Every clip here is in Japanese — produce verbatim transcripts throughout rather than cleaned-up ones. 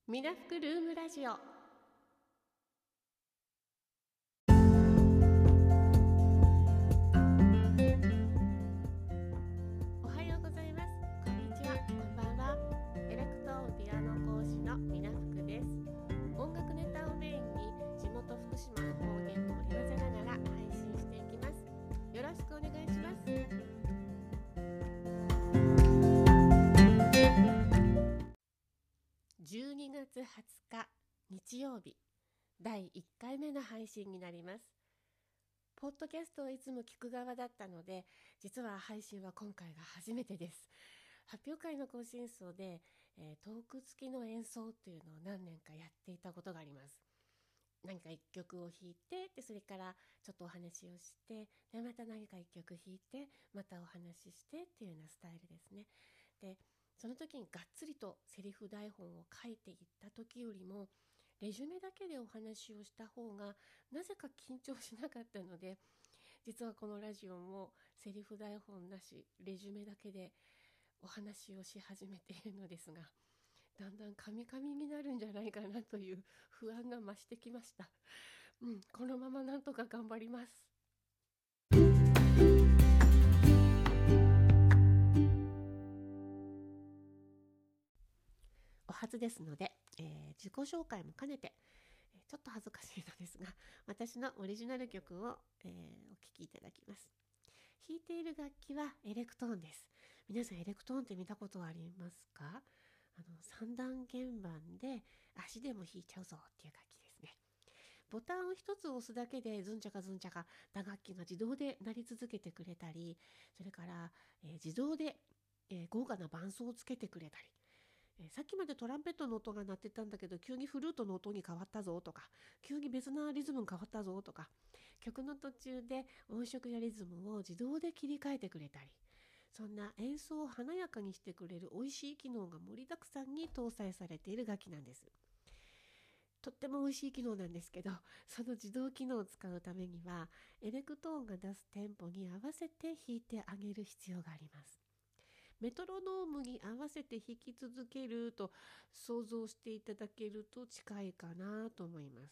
ミナフクルームラジオ。おはようございます。こんにちは、こんばんは。エレクトーンピアノ講師のミナフクです。音楽ネタをメインに地元福島の方言と織り交ぜながら配信していきます。よろしくお願いします。じゅうにがつはつか日曜日、だいいっかいめの配信になります。ポッドキャストをいつも聞く側だったので、実は配信は今回が初めてです。発表会の更新奏で、えートーク付きの演奏っていうのを何年かやっていたことがあります。何か一曲を弾いて、でそれからちょっとお話をして、でまた何か一曲弾いて、またお話ししてっていうようなスタイルですね。でその時にがっつりとセリフ台本を書いていった時よりも、レジュメだけでお話をした方がなぜか緊張しなかったので、実はこのラジオもセリフ台本なし、レジュメだけでお話をし始めているのですが、だんだんカミカミになるんじゃないかなという不安が増してきました。うん、このままなんとか頑張ります。お初ですので、えー自己紹介も兼ねて、ちょっと恥ずかしいのですが、私のオリジナル曲を、えーお聴きいただきます。弾いている楽器はエレクトーンです。皆さんエレクトーンって見たことはありますか？あの三段鍵盤で足でも弾いちゃうぞっていう楽器ですね。ボタンを一つ押すだけでズンチャカズンチャカ打楽器が自動で鳴り続けてくれたり、それから、えー自動で、えー豪華な伴奏をつけてくれたり、えーさっきまでトランペットの音が鳴ってたんだけど急にフルートの音に変わったぞとか、急に別なリズムに変わったぞとか、曲の途中で音色やリズムを自動で切り替えてくれたり、そんな演奏を華やかにしてくれる美味しい機能が盛りだくさんに搭載されている楽器なんです。とっても美味しい機能なんですけど、その自動機能を使うためにはエレクトーンが出すテンポに合わせて弾いてあげる必要があります。メトロノームに合わせて弾き続けると想像していただけると近いかなと思います。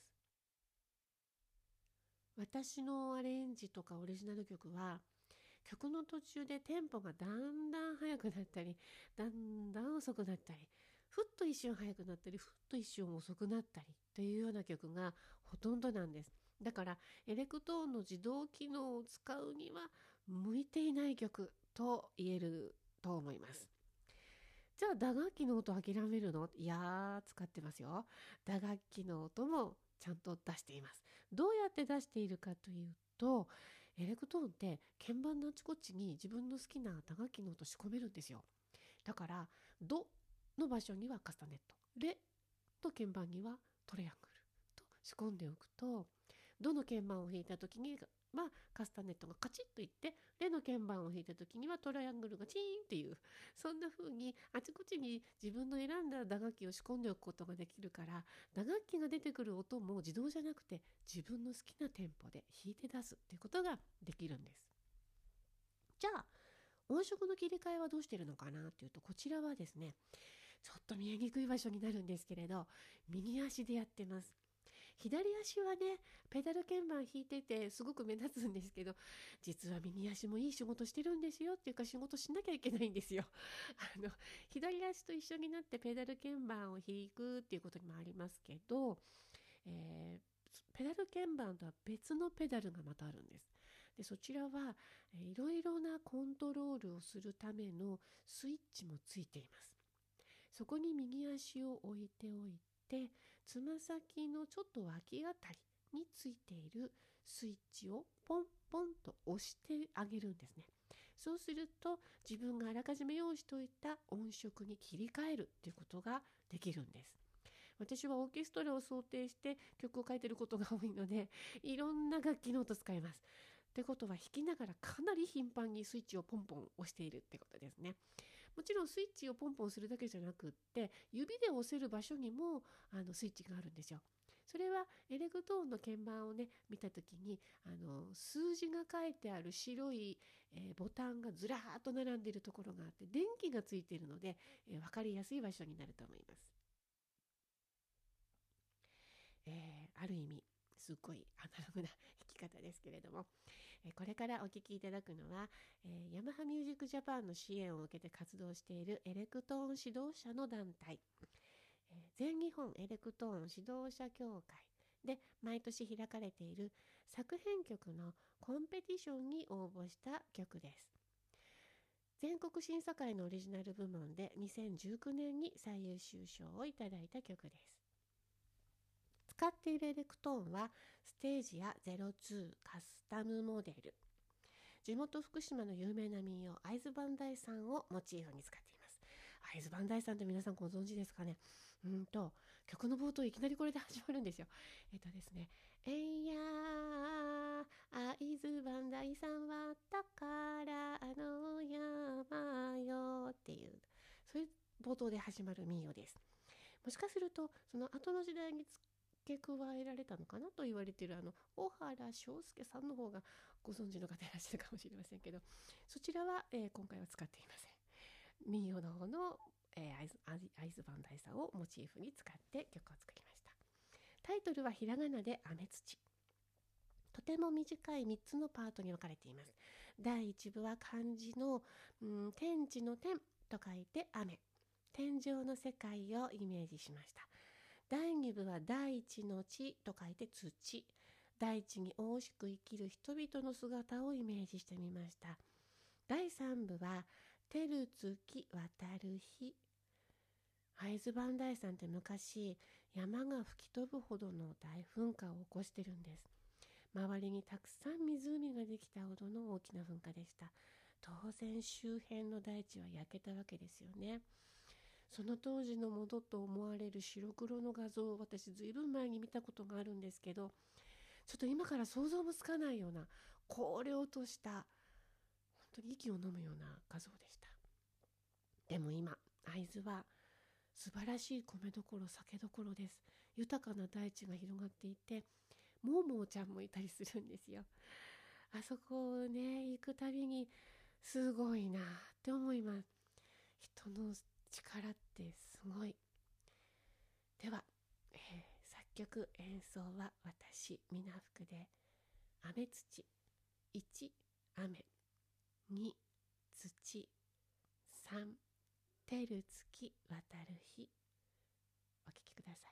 私のアレンジとかオリジナル曲は、曲の途中でテンポがだんだん速くなったり、だんだん遅くなったり、ふっと一瞬速くなったり、ふっと一瞬遅くなったりというような曲がほとんどなんです。だからエレクトーンの自動機能を使うには向いていない曲と言えると思います。じゃあ打楽器の音諦めるの？いやー、使ってますよ。打楽器の音もちゃんと出しています。どうやって出しているかというと、エレクトーンって鍵盤のあちこちに自分の好きな打楽器の音仕込めるんですよ。だからドの場所にはカスタネット、レと鍵盤にはトレアングルと仕込んでおくと、どの鍵盤を弾いた時にまあ、カスタネットがカチッといって、レの鍵盤を弾いた時にはトライアングルがチーンっていう、そんな風にあちこちに自分の選んだ打楽器を仕込んでおくことができるから、打楽器が出てくる音も自動じゃなくて自分の好きなテンポで弾いて出すっていうことができるんです。じゃあ音色の切り替えはどうしてるのかなっていうと、こちらはですね、ちょっと見えにくい場所になるんですけれど、右足でやってます。左足はね、ペダル鍵盤弾いててすごく目立つんですけど、実は右足もいい仕事してるんですよっていうか、仕事しなきゃいけないんですよ。あの左足と一緒になってペダル鍵盤を弾くっていうことにもありますけど、えーペダル鍵盤とは別のペダルがまたあるんです。でそちらは、えーいろいろなコントロールをするためのスイッチもついています。そこに右足を置いておいて、つま先のちょっと脇あたりについているスイッチをポンポンと押してあげるんですね。そうすると自分があらかじめ用意しておいた音色に切り替えるっていうことができるんです。私はオーケストラを想定して曲を書いてることが多いので、いろんな楽器の音を使います。ってことは弾きながらかなり頻繁にスイッチをポンポン押しているってことですね。もちろんスイッチをポンポンするだけじゃなくって、指で押せる場所にもあのスイッチがあるんですよ。それはエレクトーンの鍵盤をね見た時に、あの数字が書いてある白い、えーボタンがずらーっと並んでいるところがあって、電気がついているので、えー分かりやすい場所になると思います。 ある意味すっごいアナログな弾き方ですけれども、えーこれからお聴きいただくのは、えーヤマハミュージックジャパンの支援を受けて活動しているエレクトーン指導者の団体、えー全日本エレクトーン指導者協会で毎年開かれている作編曲のコンペティションに応募した曲です。全国審査会のオリジナル部門でにせんじゅうきゅうねんに最優秀賞をいただいた曲です。使っているエレクトーンはステージやゼロにカスタムモデル。地元福島の有名な民謡会津磐梯山をモチーフに使っています。会津磐梯山って皆さんご存知ですかね。うんと曲の冒頭いきなりこれで始まるんですよ。えっとですね「えいやー会津磐梯山は宝の山よ」っていう、そういう冒頭で始まる民謡です。もしかするとその後の時代に付け加えられたのかなと言われているあの小原章介さんの方がご存知の方いらっしゃるかもしれませんけど、そちらは、えー今回は使っていません。民謡の方の、えー、会津会津磐梯山をモチーフに使って曲を作りました。タイトルはひらがなで雨土。とても短いみっつのパートに分かれています。だいいち部は漢字の、うん、天地の天と書いて雨、天上の世界をイメージしました。だいに部は大地の地と書いて土、大地に大しく生きる人々の姿をイメージしてみました。だいさん部は照る月渡る日。会津磐梯山って昔山が吹き飛ぶほどの大噴火を起こしてるんです。周りにたくさん湖ができたほどの大きな噴火でした。当然周辺の大地は焼けたわけですよね。その当時のものと思われる白黒の画像を私ずいぶん前に見たことがあるんですけど、ちょっと今から想像もつかないような荒涼とした本当に息を飲むような画像でした。でも今会津は素晴らしい米どころ酒どころです。豊かな大地が広がっていて、モーモーちゃんもいたりするんですよ。あそこをね行くたびにすごいなって思います。人の力ってすごい。では、えー作曲演奏は私みなふくで、雨土、いち雨、に土、さん照る月渡る日、お聴きください。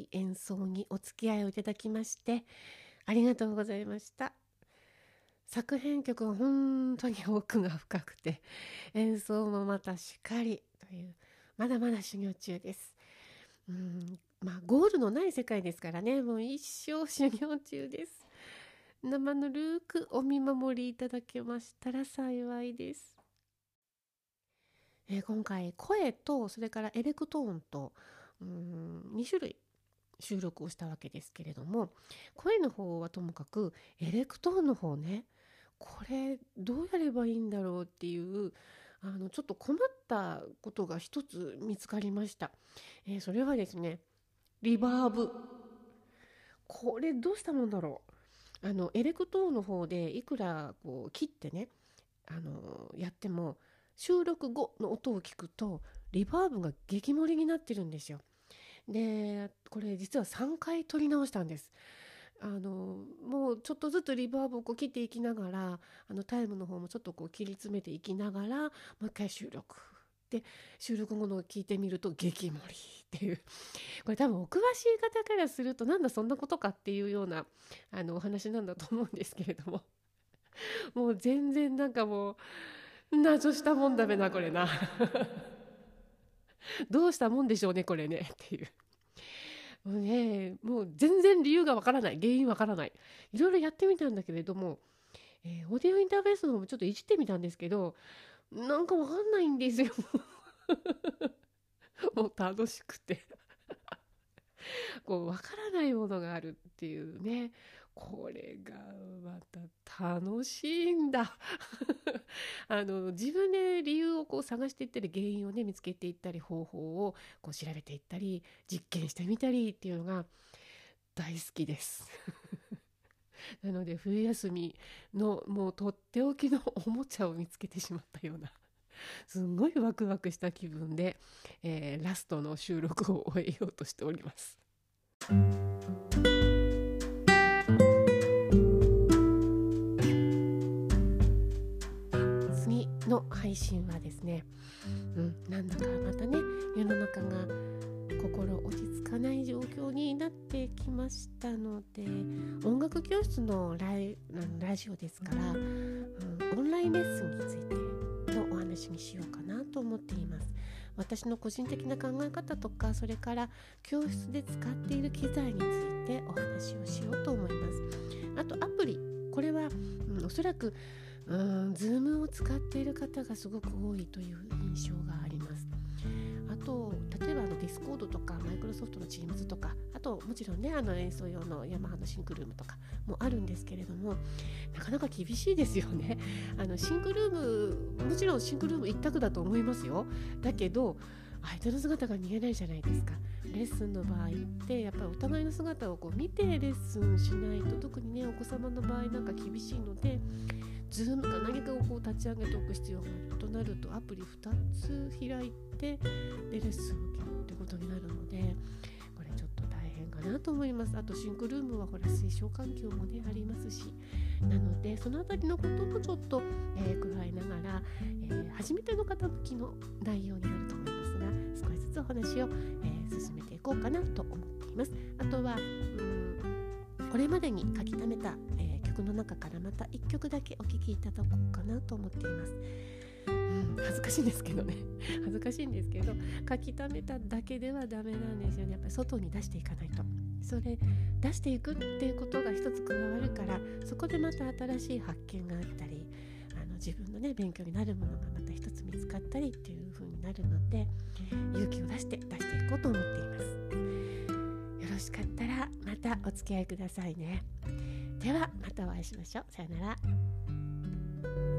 い演奏にお付き合いをいただきましてありがとうございました。作編曲は本当に奥が深くて、演奏もまたしっかりという、まだまだ修行中です。うん、まあゴールのない世界ですからね、もう一生修行中です。生ぬるくお見守りいただけましたら幸いです。えー今回声とそれからエレクトーンとうーんに種類収録をしたわけですけれども、声の方はともかくエレクトーンの方ね、これどうやればいいんだろうっていうあのちょっと困ったことが一つ見つかりました。えーそれはですね、リバーブ。これどうしたもんだろう。あのエレクトーンの方でいくらこう切ってね、あのやっても収録後の音を聞くとリバーブが激盛りになってるんですよ。でこれ実はさんかい撮り直したんです。あのもうちょっとずつリバーブをこう切っていきながら、あのタイムの方もちょっとこう切り詰めていきながらもう一回収録で、収録後のを聞いてみると激盛りっていう、これ多分お詳しい方からするとなんだそんなことかっていうようなあのお話なんだと思うんですけれども、もう全然なんかもう謎したもんだべなこれなどうしたもんでしょうねこれねっていう、もうねもう全然理由がわからない、原因わからない、いろいろやってみたんだけれども、えーオーディオインターフェースの方もちょっといじってみたんですけど、なんかわかんないんですよもう楽しくてこうわからないものがあるっていうね、これがまた楽しいんだあの自分で理由をこう探していったり、原因をね見つけていったり、方法をこう調べていったり実験してみたりっていうのが大好きですなので冬休みのもうとっておきのおもちゃを見つけてしまったような、すんごいワクワクした気分で、えーラストの収録を終えようとしております。次の配信はですね、うん、なんだかまたね世の中が心落ち着かない状況になってきましたので、音楽教室のライラジオですから、うん、オンラインレッスンについてのお話にしようかなと思っています。私の個人的な考え方とか、それから教室で使っている機材についてお話をしようと思います。あとアプリ、これは、うん、おそらくうーん Zoom を使っている方がすごく多いという印象があります。あと例えばあの Discord とか Microsoft の Teams とか、あともちろんねあの演奏用のヤマハのシンクルームとかもあるんですけれども、なかなか厳しいですよね。あのシンクルーム、もちろんシンクルーム一択だと思いますよ。だけど相手の姿が見えないじゃないですか。レッスンの場合ってやっぱりお互いの姿をこう見てレッスンしないと、特にねお子様の場合なんか厳しいので、ズームか何かをこう立ち上げておく必要があるとなると、アプリふたつ開いてでレッスンを受けるってことになるので、これちょっと大変かなと思います。あとシンクルームはほら推奨環境もねありますし、なのでそのあたりのこともちょっと、えー、加えながら、えー、初めての方向きの内容になると思いますが、少しずつお話を、えー、進めていこうかなと思っています。あとはうんこれまでに書き溜めた、えー、曲の中からまたいっきょくだけお聴きいただこうかなと思っています。うん、恥ずかしいんですけどね恥ずかしいんですけど、書き溜めただけではダメなんですよね。やっぱり外に出していかないと、それ出していくっていうことが一つ加わるから、そこでまた新しい発見があったり、あの自分のね勉強になるものがまた一つ見つかったりっていう風になるので、勇気を出して出していこうと思っています。よろしかったらまたお付き合いくださいね。ではまたお会いしましょう。さよなら。